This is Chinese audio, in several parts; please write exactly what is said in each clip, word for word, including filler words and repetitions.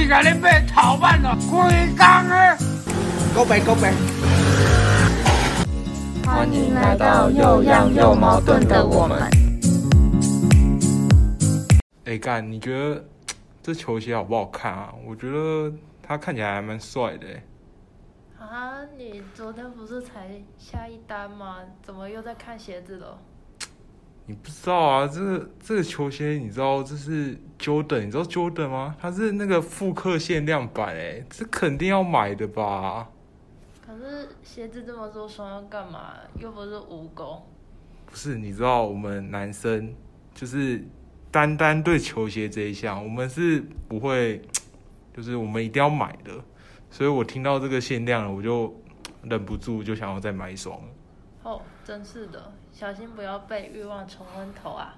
你甲你买头版了，规工的。 告白告白。 欢迎来到又样又矛盾的我们。 哎干，你觉得这球鞋好不好看啊？我觉得他看起来还蛮帅的。 啊，你昨天不是才下一单吗？怎么又在看鞋子了？ 你不知道啊，这个这个球鞋你知道这是 Jordan， 你知道 Jordan 吗？它是那个复刻限量版，哎，这肯定要买的吧？ 可是鞋子这么多双要干嘛？又不是蜈蚣。 不是，你知道我们男生就是单单对球鞋这一项，我们是不会，就是我们一定要买的。所以我听到这个限量了，我就忍不住就想要再买一双了。 哦，真是的，小心不要被欲望冲昏头啊！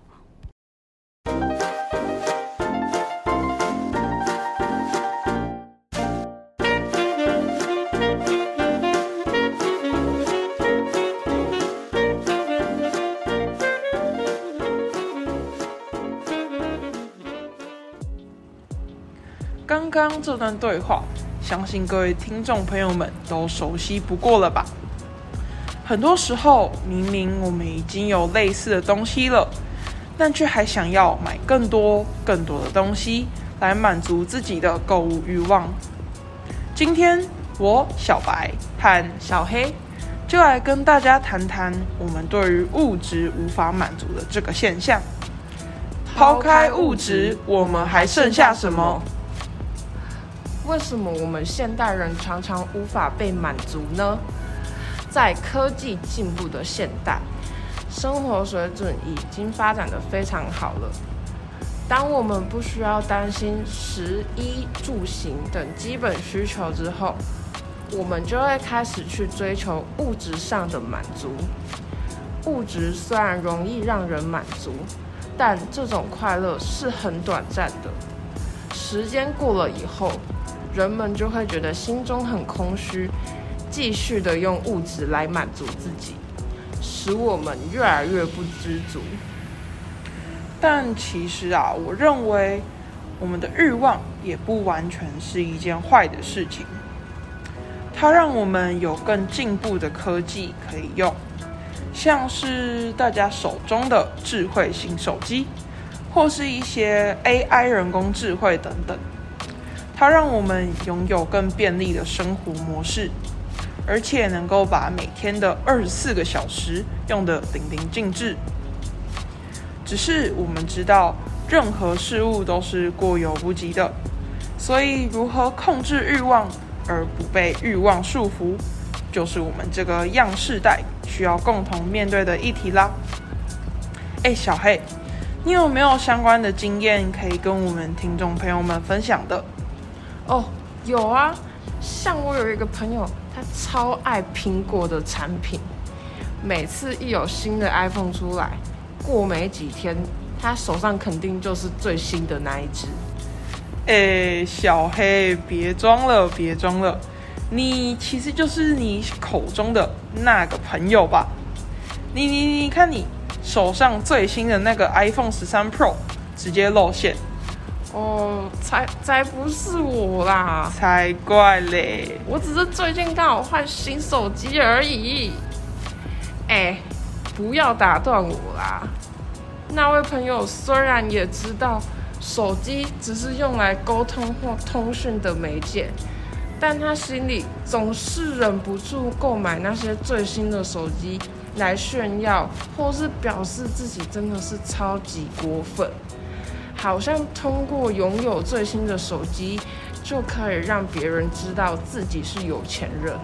刚刚这段对话，相信各位听众朋友们都熟悉不过了吧？很多时候，明明我们已经有类似的东西了，但却还想要买更多、更多的东西来满足自己的购物欲望。今天，我小白和小黑就来跟大家谈谈我们对于物质无法满足的这个现象。抛开物质，我们还剩下什么？ 为什么我们现代人常常无法被满足呢？在科技进步的现代，生活水准已经发展得非常好了。当我们不需要担心食衣住行等基本需求之后，我们就会开始去追求物质上的满足。物质虽然容易让人满足，但这种快乐是很短暂的。时间过了以后，人们就会觉得心中很空虚，继续的用物质来满足自己，使我们越来越不知足。 但其实啊，我认为我们的欲望也不完全是一件坏的事情。它让我们有更进步的科技可以用，像是大家手中的智慧型手机，或是一些 A I 人工智慧等等。它让我们拥有更便利的生活模式，而且能够把每天的二十四个小时用得淋漓尽致。只是我们知道，任何事物都是过犹不及的，所以如何控制欲望而不被欲望束缚，就是我们这个样世代需要共同面对的议题啦。哎，小黑，你有没有相关的经验可以跟我们听众朋友们分享的？ 哦，有啊，像我有一个朋友，他超爱苹果的产品，每次一有新的 iPhone 出来，过没几天，他手上肯定就是最新的那一只。 哎，小黑，别装了，别装了，你其实就是你口中的那个朋友吧？你你你看你手上最新的那个 iPhone 十三 Pro 直接露馅。 哦，才才不是我啦！ 才怪嘞！ 我只是最近刚好换新手机而已。哎，不要打断我啦！那位朋友虽然也知道手机只是用来沟通或通讯的媒介，但他心里总是忍不住购买那些最新的手机来炫耀，或是表示自己真的是超级果粉。好像通过拥有最新的手机，就可以让别人知道自己是有钱人。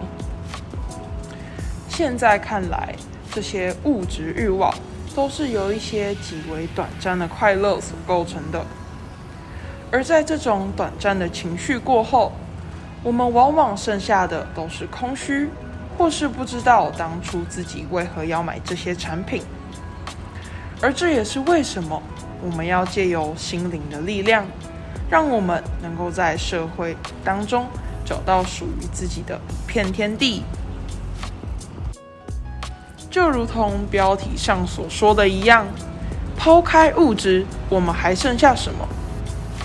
现在看来，这些物质欲望都是由一些极为短暂的快乐所构成的。而在这种短暂的情绪过后，我们往往剩下的都是空虚，或是不知道当初自己为何要买这些产品。而这也是为什么我们要借由心灵的力量，让我们能够在社会当中找到属于自己的一片天地。就如同标题上所说的一样，抛开物质，我们还剩下什么？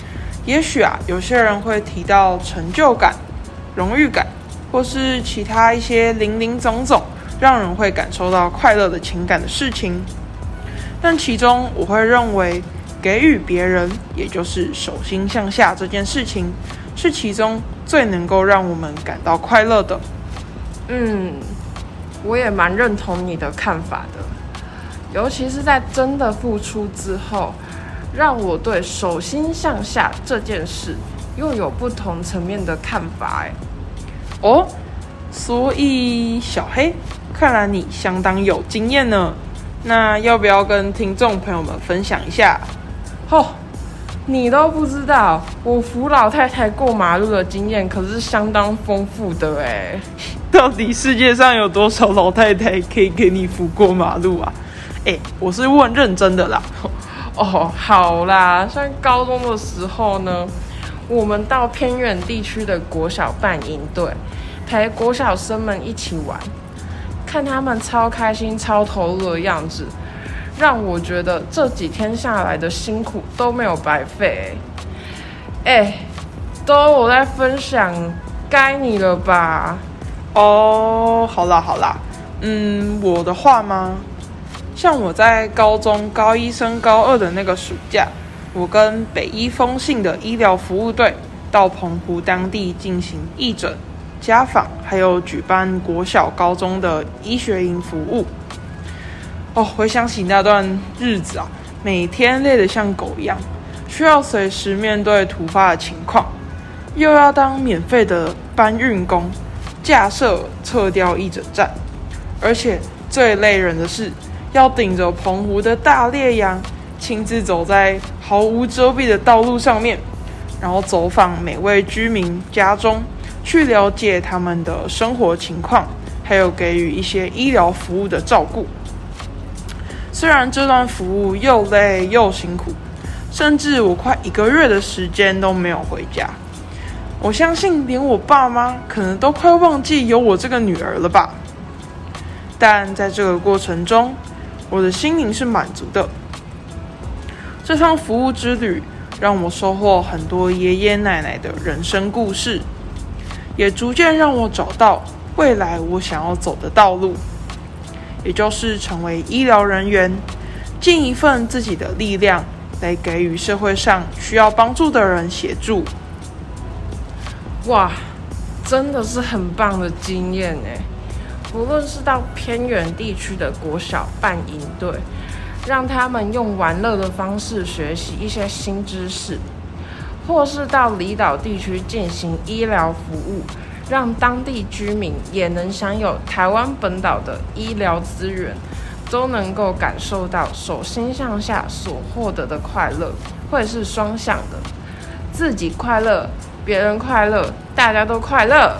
也许啊，有些人会提到成就感、荣誉感，或是其他一些林林总总让人会感受到快乐的情感的事情。但其中我会认为，给予别人，也就是手心向下这件事情，是其中最能够让我们感到快乐的。 嗯，我也蛮认同你的看法的，尤其是在真的付出之后，让我对手心向下这件事又有不同层面的看法。哎， 哦，所以小黑，看来你相当有经验呢。那要不要跟听众朋友们分享一下？ 哦，你都不知道，我扶老太太过马路的经验可是相当丰富的哎。 到底世界上有多少老太太可以给你扶过马路啊？哎，我是问认真的啦。 哦，好啦，像高中的时候呢，我们到偏远地区的国小办营队，陪国小生们一起玩，看他们超开心、超投入的样子，让我觉得这几天下来的辛苦都没有白费。哎、欸，都我在分享，该你了吧？ 哦，好啦好啦，嗯，我的话吗？像我在高中高一升高二的那个暑假，我跟北医风信的医疗服务队到澎湖当地进行义诊、家访，还有举办国小、高中的医学营服务。哦，回想起那段日子啊，每天累得像狗一样，需要随时面对突发的情况，又要当免费的搬运工，架设撤掉义诊站，而且最累人的是，要顶着澎湖的大烈阳，亲自走在毫无遮蔽的道路上面，然后走访每位居民家中，去了解他们的生活情况，还有给予一些医疗服务的照顾。虽然这段服务又累又辛苦，甚至我快一个月的时间都没有回家。我相信连我爸妈可能都快忘记有我这个女儿了吧。但在这个过程中，我的心灵是满足的。这趟服务之旅让我收获很多爷爷奶奶的人生故事，也逐渐让我找到未来我想要走的道路，也就是成为医疗人员，尽一份自己的力量来给予社会上需要帮助的人协助。 哇，真的是很棒的经验耶！无论是到偏远地区的国小办营队，让他们用玩乐的方式学习一些新知识，或是到离岛地区进行医疗服务，让当地居民也能享有台湾本岛的医疗资源，都能够感受到手心向下所获得的快乐，会是双向的，自己快乐，别人快乐，大家都快乐。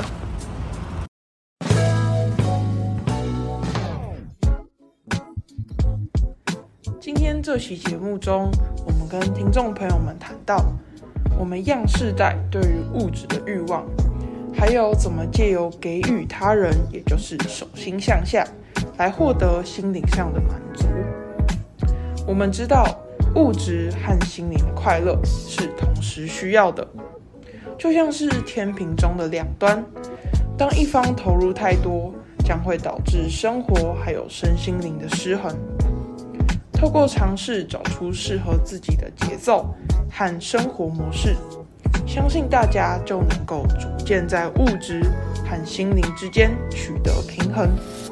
今天这期节目中，我们跟听众朋友们谈到我们样世代对于物质的欲望，还有怎么借由给予他人，也就是手心向下，来获得心灵上的满足。我们知道物质和心灵的快乐是同时需要的，就像是天平中的两端，当一方投入太多，将会导致生活还有身心灵的失衡。透过尝试找出适合自己的节奏和生活模式，相信大家就能够逐渐在物质和心灵之间取得平衡。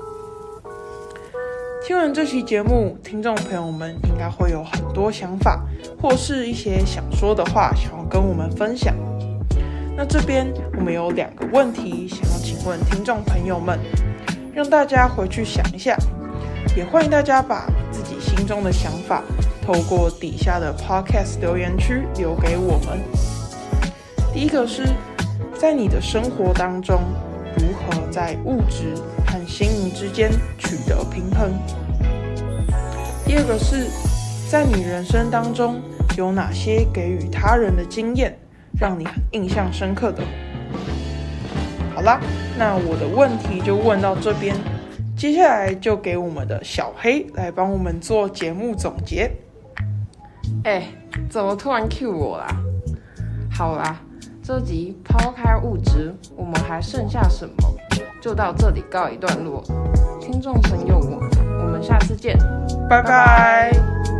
听完这期节目，听众朋友们应该会有很多想法，或是一些想说的话想要跟我们分享。那这边我们有两个问题想要请问听众朋友们，让大家回去想一下，也欢迎大家把自己心中的想法透过底下的 podcast 留言区留给我们。第一个是，在你的生活当中，如何在物质和心灵之间取得平衡？第二个是，在你人生当中有哪些给予他人的经验让你很印象深刻的？好啦，那我的问题就问到这边，接下来就给我们的小黑来帮我们做节目总结。 哎，怎么突然 cue 我啦？ 好啦，这集抛开物质，我们还剩下什么？就到这里告一段落。听众朋友，我们下次见， 拜拜。